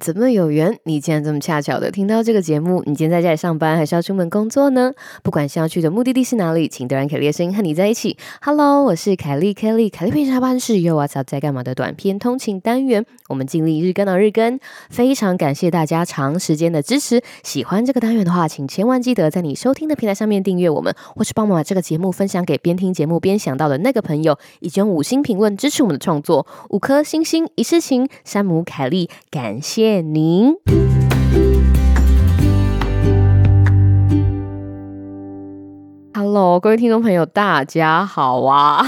怎么有缘你竟然这么恰巧的听到这个节目？你今天在家里上班还是要出门工作呢？不管是要去的目的地是哪里，请都让凯莉的声音和你在一起。Hello， 我是凯莉。凯莉平常下班是由 WhatsApp 在干嘛的短篇通勤单元，我们尽力日更到日更。非常感谢大家长时间的支持，喜欢这个单元的话，请千万记得在你收听的平台上面订阅我们，或是帮忙把这个节目分享给边听节目边想到的那个朋友，以及用5星评论支持我们的创作，5颗星星一世情，山姆凯莉，感谢您。Hello， 各位听众朋友，大家好啊！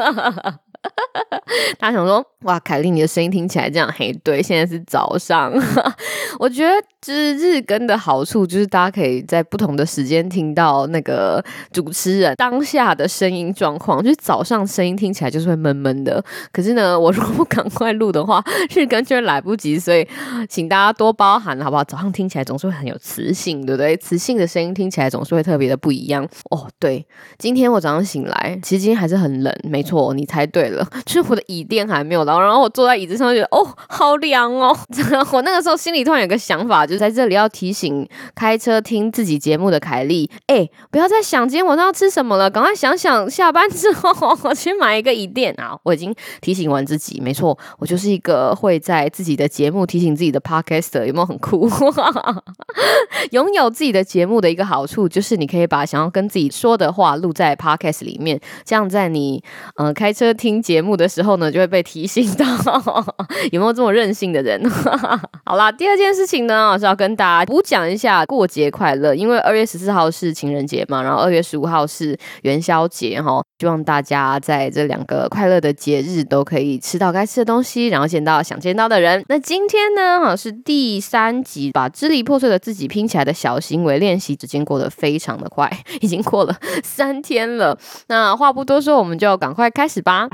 大家想说，哇，凯莉你的声音听起来这样，嘿，对，现在是早上。我觉得就是日更的好处，就是大家可以在不同的时间听到那个主持人当下的声音状况。就是早上声音听起来就是会闷闷的，可是呢，我如果不赶快录的话，日更就会来不及，所以请大家多包涵，好不好？早上听起来总是会很有磁性，对不对？磁性的声音听起来总是会特别的不一样哦。对，今天我早上醒来，其实今天还是很冷，没错，你猜对了，就是我的椅垫还没有到，然后我坐在椅子上就觉得哦，好凉哦。我那个时候心里突然有个想法，就是在这里要提醒开车听自己节目的凯莉，不要再想今天晚上要吃什么了，赶快想想下班之后我去买一个椅垫啊！我已经提醒完自己，没错，我就是一个会在自己的节目提醒自己的 podcaster， 有没有很酷？拥有自己的节目的一个好处，就是你可以把想要跟自己说的话录在 podcast 里面，这样在你开车听节目的时候呢，就会被提醒到。有没有这么任性的人？好啦，第二件事情呢，是要跟大家补讲一下过节快乐，因为2月14号是情人节嘛，然后2月15号是元宵节齁，希望大家在这2个快乐的节日都可以吃到该吃的东西，然后见到想见到的人。那今天呢，是第3集，把支离破碎的自己拼起来的小行为练习，时间过得非常的快，已经过了3天了。那话不多说，我们就赶快开始吧。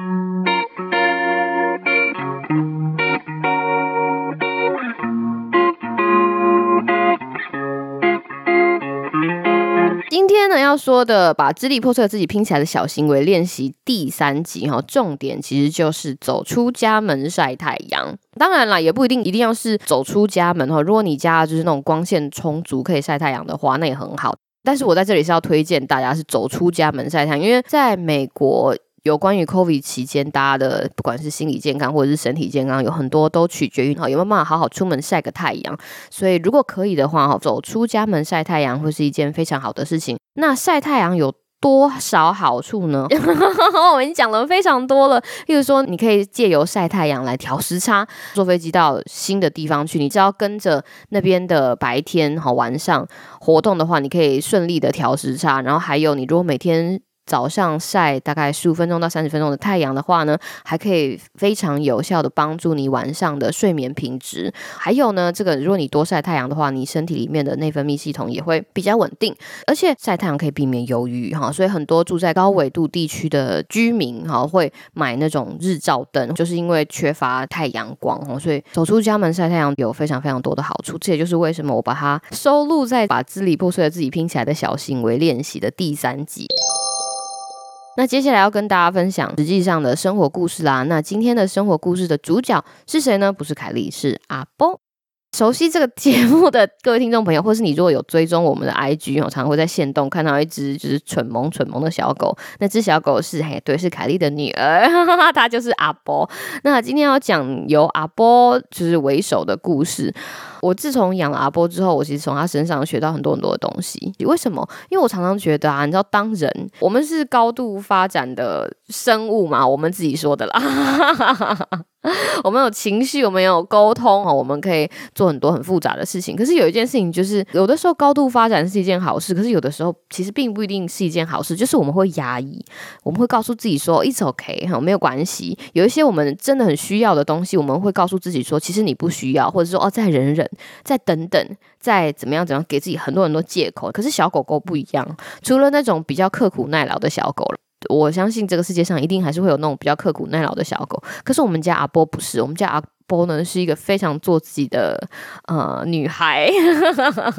今天呢要说的把支离破碎的自己拼起来的小行为练习第3集，重点其实就是走出家门晒太阳。当然啦，也不一定要是走出家门，如果你家就是那种光线充足可以晒太阳的话，那也很好。但是我在这里是要推荐大家是走出家门晒太阳，因为在美国有关于 COVID 期间，大家的不管是心理健康或者是身体健康，有很多都取决于有没有办法好好出门晒个太阳。所以如果可以的话，走出家门晒太阳会是一件非常好的事情。那晒太阳有多少好处呢？我已经讲了非常多了，例如说你可以借由晒太阳来调时差，坐飞机到新的地方去，你只要跟着那边的白天晚上活动的话，你可以顺利的调时差。然后还有你如果每天早上晒大概15分钟到30分钟的太阳的话呢，还可以非常有效的帮助你晚上的睡眠品质。还有呢，这个如果你多晒太阳的话，你身体里面的内分泌系统也会比较稳定，而且晒太阳可以避免忧郁，所以很多住在高纬度地区的居民会买那种日照灯，就是因为缺乏太阳光，所以走出家门晒太阳有非常非常多的好处。这也就是为什么我把它收录在把支离破碎的自己拼起来的小行为练习的第3集。那接下来要跟大家分享实际上的生活故事啦。那今天的生活故事的主角是谁呢？不是凯莉，是阿波。熟悉这个节目的各位听众朋友，或是你如果有追踪我们的 IG， 常常会在限动看到一只就是蠢萌的小狗。那只小狗是是凯莉的女儿，她就是阿波。那今天要讲由阿波就是为首的故事。我自从养了阿波之后，我其实从他身上学到很多的东西。为什么？因为我常常觉得你知道当人我们是高度发展的生物嘛，我们自己说的啦。我们有情绪，我们有沟通，我们可以做很多很复杂的事情。可是有一件事情就是有的时候高度发展是一件好事，可是有的时候其实并不一定是一件好事，就是我们会压抑，我们会告诉自己说 It's okay， 没有关系。有一些我们真的很需要的东西，我们会告诉自己说其实你不需要，或者说再忍忍，再等等，再怎么样给自己很多借口。可是小狗狗不一样，除了那种比较刻苦耐劳的小狗，我相信这个世界上一定还是会有那种比较刻苦耐劳的小狗。可是我们家阿波不是，我们家阿波呢是一个非常做自己的女孩。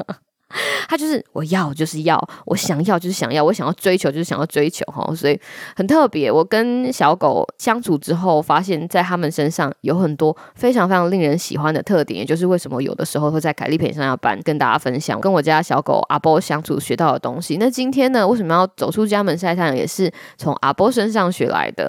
他就是我要就是要，我想要就是想要，我想要追求就是想要追求齁，所以很特别。我跟小狗相处之后，发现在他们身上有很多非常非常令人喜欢的特点，也就是为什么有的时候会在凯丽陪上下班跟大家分享跟我家小狗阿波相处学到的东西。那今天呢，为什么要走出家门晒太阳，也是从阿波身上学来的。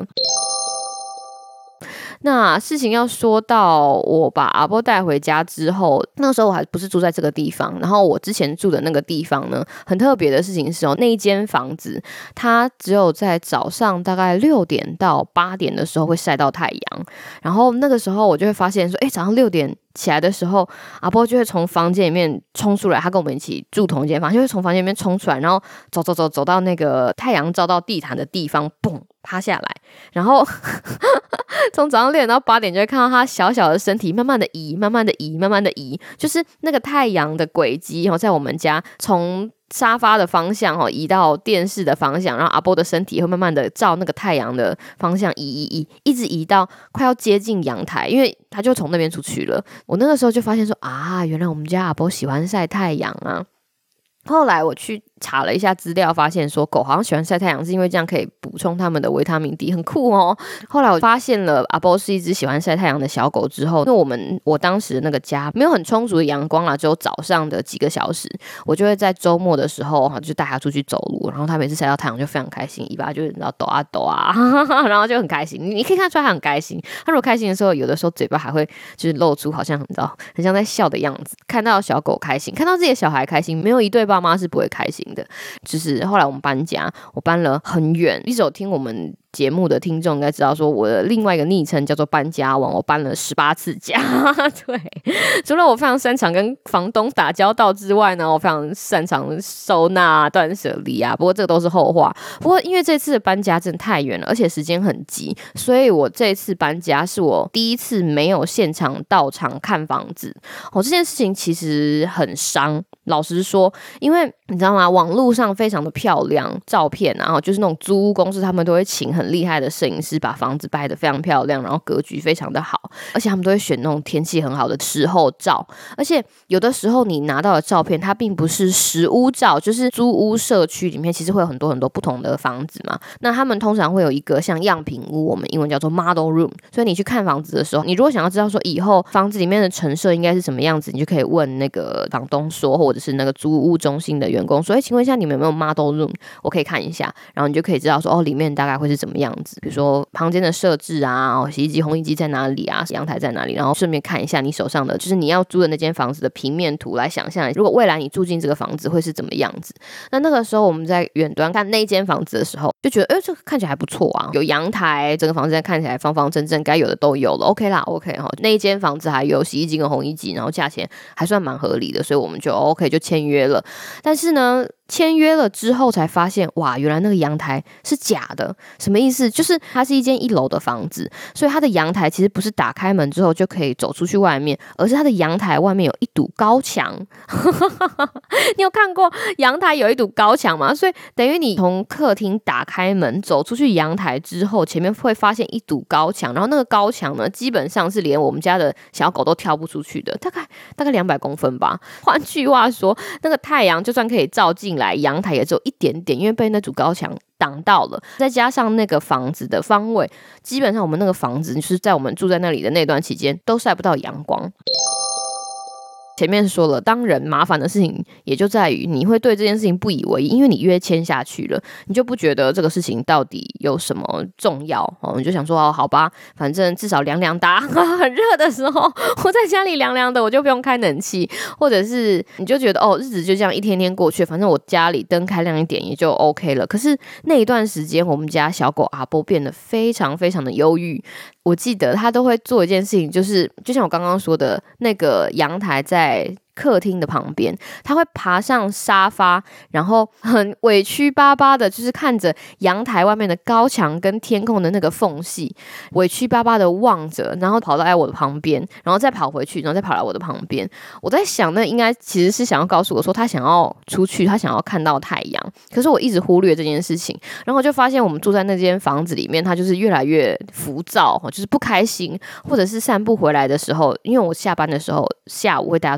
那事情要说到我把阿波带回家之后，那时候我还不是住在这个地方，然后我之前住的那个地方呢，很特别的事情是那一间房子它只有在早上大概6点到8点的时候会晒到太阳，然后那个时候我就会发现说，早上6点起来的时候，阿波就会从房间里面冲出来，他跟我们一起住同一间房，就会从房间里面冲出来，然后走到那个太阳照到地毯的地方，蹦趴下来，然后从早上6点到8点就会看到他小小的身体慢慢的移，就是那个太阳的轨迹在我们家从沙发的方向移到电视的方向，然后阿波的身体会慢慢的照那个太阳的方向移，一直移到快要接近阳台，因为他就从那边出去了。我那个时候就发现说原来我们家阿波喜欢晒太阳啊。后来我去查了一下资料，发现说狗好像喜欢晒太阳是因为这样可以补充它们的维他命 D， 很酷哦。后来我发现了阿波是一只喜欢晒太阳的小狗之后，因为我当时的那个家没有很充足的阳光啦，只有早上的几个小时，我就会在周末的时候就带它出去走路，然后它每次晒到太阳就非常开心，尾巴就抖啊抖啊然后就很开心，你可以看出来它很开心。它如果开心的时候，有的时候嘴巴还会就是露出好像你知道很像在笑的样子。看到小狗开心，看到自己的小孩开心，没有一对爸妈是不会开心的。就是后来我们搬家，我搬了很远，一直有听我们节目的听众应该知道说我的另外一个昵称叫做搬家王，我搬了18次家对，除了我非常擅长跟房东打交道之外呢，我非常擅长收纳断舍离啊，不过这个都是后话。不过因为这次的搬家真的太远了，而且时间很急，所以我这次搬家是我第一次没有现场到场看房子这件事情其实很伤，老实说，因为你知道吗，网络上非常的漂亮照片然后就是那种租屋公司他们都会请很厉害的摄影师把房子拍得非常漂亮，然后格局非常的好，而且他们都会选那种天气很好的时候照，而且有的时候你拿到的照片它并不是实屋照，就是租屋社区里面其实会有很多很多不同的房子嘛，那他们通常会有一个像样品屋，我们英文叫做 model room， 所以你去看房子的时候，你如果想要知道说以后房子里面的陈设应该是什么样子，你就可以问那个房东说，或者是那个租屋中心的员工说，请问一下你们有没有 model room， 我可以看一下，然后你就可以知道说里面大概会是怎么样子，比如说房间的设置啊，洗衣机烘衣机在哪里啊，阳台在哪里，然后顺便看一下你手上的就是你要租的那间房子的平面图，来想象如果未来你住进这个房子会是怎么样子。那个时候我们在远端看那间房子的时候就觉得这个看起来还不错啊，有阳台，整个房子看起来方方正正，该有的都有了， OK 啦 OK 那一间房子还有洗衣机跟烘衣机，然后价钱还算蛮合理的，所以我们就 OK 就签约了。但是呢签约了之后才发现，哇，原来那个阳台是假的。什么意思？就是它是一间1楼的房子，所以它的阳台其实不是打开门之后就可以走出去外面，而是它的阳台外面有一堵高墙你有看过阳台有一堵高墙吗？所以等于你从客厅打开门走出去阳台之后，前面会发现一堵高墙，然后那个高墙呢基本上是连我们家的小狗都跳不出去的，大概200公分吧。换句话说，那个太阳就算可以照进来，阳台也只有一点点，因为被那堵高墙挡到了，再加上那个房子的方位，基本上我们那个房子就是在我们住在那里的那段期间都晒不到阳光。前面说了，当人麻烦的事情也就在于你会对这件事情不以为意，因为你约签下去了，你就不觉得这个事情到底有什么重要你就想说好吧，反正至少凉凉的很热的时候我在家里凉凉的，我就不用开冷气，或者是你就觉得日子就这样一天天过去，反正我家里灯开亮一点也就 OK 了。可是那一段时间我们家小狗阿波变得非常非常的忧郁，我记得他都会做一件事情，就是就像我刚刚说的，那个阳台在客厅的旁边，他会爬上沙发，然后很委屈巴巴的就是看着阳台外面的高墙跟天空的那个缝隙，委屈巴巴的望着，然后跑到我的旁边，然后再跑回去，然后再跑来我的旁边。我在想那应该其实是想要告诉我说他想要出去，他想要看到太阳，可是我一直忽略这件事情，然后我就发现我们住在那间房子里面，他就是越来越浮躁，就是不开心，或者是散步回来的时候，因为我下班的时候下午会带他出去散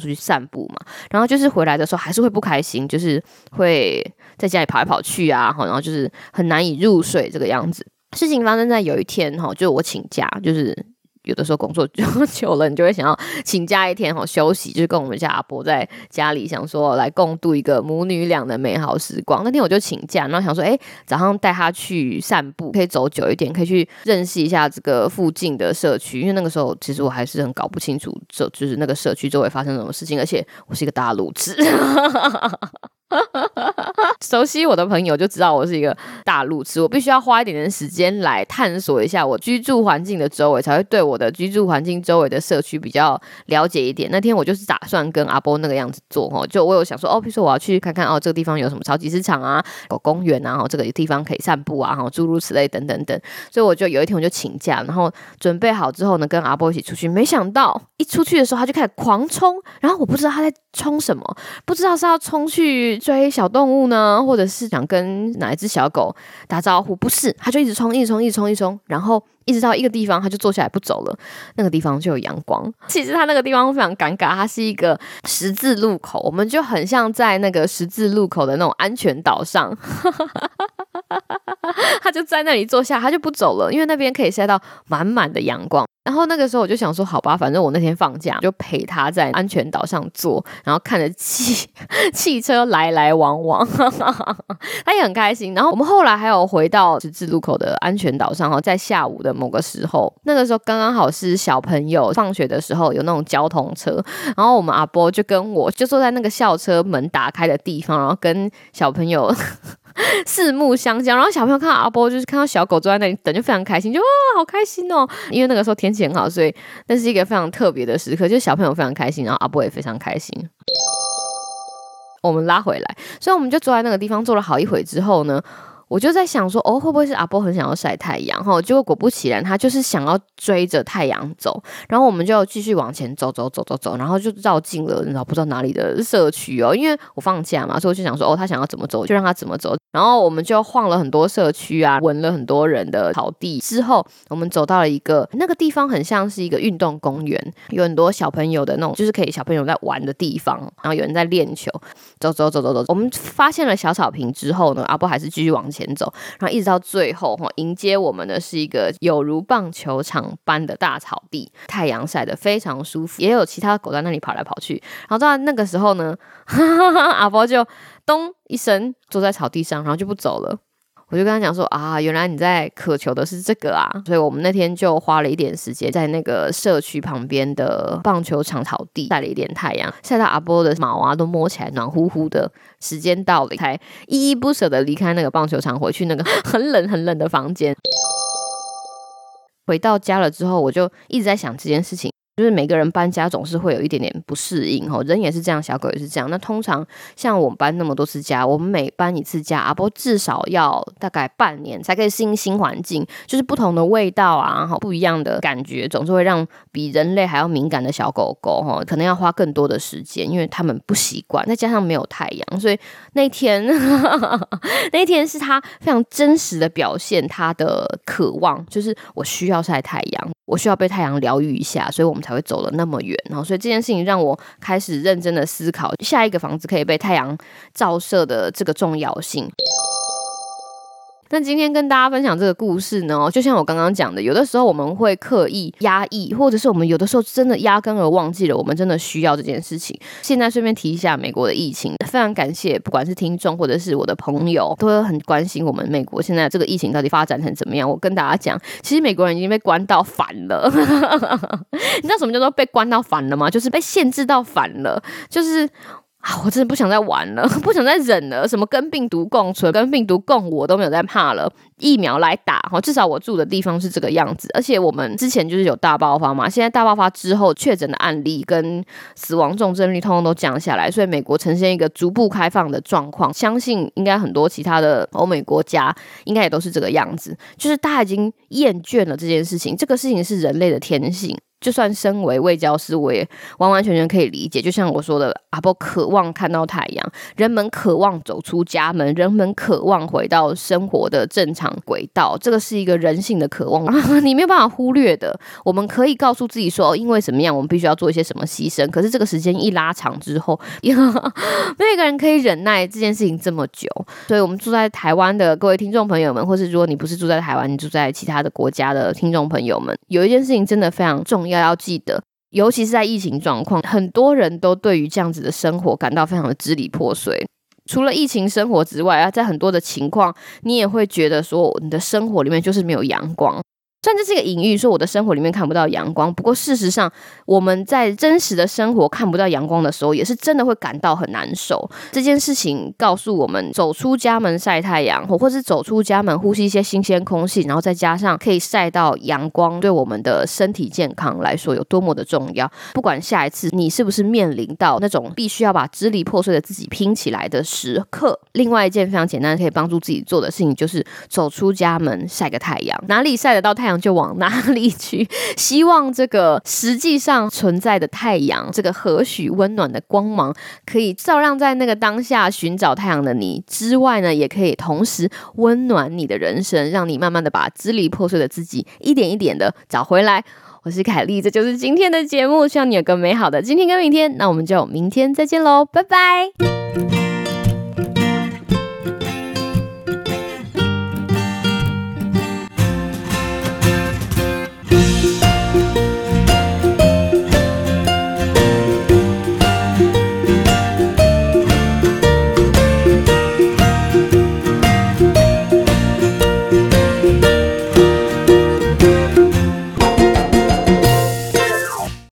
步嘛，然后就是回来的时候还是会不开心，就是会在家里跑来跑去啊，然后就是很难以入睡这个样子。事情发生在有一天就我请假，就是有的时候工作久了，你就会想要请假一天休息，就是跟我们家阿伯在家里想说来共度一个母女俩的美好时光。那天我就请假，然后想说早上带他去散步，可以走久一点，可以去认识一下这个附近的社区，因为那个时候其实我还是很搞不清楚就是那个社区周围发生什么事情，而且我是一个大路痴熟悉我的朋友就知道我是一个大路痴，我必须要花一点点时间来探索一下我居住环境的周围，才会对我的居住环境周围的社区比较了解一点。那天我就是打算跟阿波那个样子做就我有想说比如说我要去看看这个地方有什么超级市场啊，有公园啊，这个地方可以散步啊，诸如此类等等等。所以我就有一天我就请假，然后准备好之后呢，跟阿波一起出去。没想到一出去的时候他就开始狂冲，然后我不知道他在冲什么，不知道是要冲去追小动物呢，或者是想跟哪一只小狗打招呼，不是，他就一直冲，然后一直到一个地方他就坐下来不走了，那个地方就有阳光。其实他那个地方非常尴尬，它是一个十字路口，我们就很像在那个十字路口的那种安全岛上他就在那里坐下，他就不走了，因为那边可以晒到满满的阳光。然后那个时候我就想说好吧，反正我那天放假就陪他在安全岛上坐，然后看着汽车来来往往他也很开心。然后我们后来还有回到十字路口的安全岛上在下午的某个时候，那个时候刚刚好是小朋友放学的时候，有那种交通车，然后我们阿波就跟我就坐在那个校车门打开的地方，然后跟小朋友四目相交，然后小朋友看到阿波就是看到小狗坐在那里等，就非常开心，就好开心哦，因为那个时候天气很好，所以那是一个非常特别的时刻，就是小朋友非常开心，然后阿波也非常开心。我们拉回来，所以我们就坐在那个地方坐了好一会之后呢，我就在想说会不会是阿波很想要晒太阳结果果不其然，他就是想要追着太阳走。然后我们就继续往前走，然后就绕进了不知道哪里的社区因为我放假嘛，所以我就想说他想要怎么走就让他怎么走。然后我们就晃了很多社区啊，闻了很多人的草地之后，我们走到了一个那个地方很像是一个运动公园，有很多小朋友的那种就是可以小朋友在玩的地方，然后有人在练球。走，我们发现了小草坪之后呢，阿波还是继续往前走，然后一直到最后迎接我们的是一个有如棒球场般的大草地，太阳晒得非常舒服，也有其他狗在那里跑来跑去。然后到那个时候呢阿波就咚一声坐在草地上，然后就不走了。我就跟他讲说原来你在渴求的是这个啊，所以我们那天就花了一点时间在那个社区旁边的棒球场草地晒了一点太阳，晒到阿波的毛啊都摸起来暖乎乎的。时间到了，才依依不舍的离开那个棒球场，回去那个很冷的房间。回到家了之后，我就一直在想这件事情，就是每个人搬家总是会有一点点不适应人也是这样，小狗也是这样。那通常像我们搬那么多次家，我们每搬一次家，阿波至少要大概半年才可以适应新环境，就是不同的味道啊，不一样的感觉，总是会让比人类还要敏感的小狗狗可能要花更多的时间，因为他们不习惯，再加上没有太阳。所以那天那天是他非常真实的表现他的渴望，就是我需要晒太阳，我需要被太阳疗愈一下，所以我们才会走了那么远。所以这件事情让我开始认真的思考下一个房子可以被太阳照射的这个重要性。那今天跟大家分享这个故事呢，就像我刚刚讲的，有的时候我们会刻意压抑，或者是我们有的时候真的压根而忘记了我们真的需要这件事情。现在顺便提一下美国的疫情，非常感谢不管是听众或者是我的朋友都很关心我们美国现在这个疫情到底发展成怎么样。我跟大家讲，其实美国人已经被关到烦了你知道什么叫做被关到烦了吗？就是被限制到烦了，就是我真的不想再玩了，不想再忍了，什么跟病毒共存跟病毒共舞都没有在怕了，疫苗来打，至少我住的地方是这个样子。而且我们之前就是有大爆发嘛，现在大爆发之后确诊的案例跟死亡重症率通通都降下来，所以美国呈现一个逐步开放的状况，相信应该很多其他的欧美国家应该也都是这个样子，就是大家已经厌倦了这件事情，这个事情是人类的天性， 就算身为卫教师，我也完完全全可以理解。就像我说的，阿波渴望看到太阳，人们渴望走出家门，人们渴望回到生活的正常轨道，这个是一个人性的渴望你没有办法忽略的。我们可以告诉自己说，因为什么样我们必须要做一些什么牺牲，可是这个时间一拉长之后没有一个人可以忍耐这件事情这么久。所以我们住在台湾的各位听众朋友们，或是如果你不是住在台湾，你住在其他的国家的听众朋友们，有一件事情真的非常重要要记得，尤其是在疫情状况，很多人都对于这样子的生活感到非常的支离破碎。除了疫情生活之外在很多的情况你也会觉得说你的生活里面就是没有阳光。虽然这是一个隐喻，说我的生活里面看不到阳光，不过事实上我们在真实的生活看不到阳光的时候，也是真的会感到很难受。这件事情告诉我们，走出家门晒太阳，或是走出家门呼吸一些新鲜空气，然后再加上可以晒到阳光，对我们的身体健康来说有多么的重要。不管下一次你是不是面临到那种必须要把支离破碎的自己拼起来的时刻，另外一件非常简单可以帮助自己做的事情，就是走出家门晒个太阳，哪里晒得到太阳就往哪里去。希望这个实际上存在的太阳，这个何许温暖的光芒，可以照亮在那个当下寻找太阳的你之外呢，也可以同时温暖你的人生，让你慢慢的把支离破碎的自己一点一点的找回来。我是凯莉，这就是今天的节目，希望你有个美好的今天跟明天，那我们就明天再见咯，拜拜。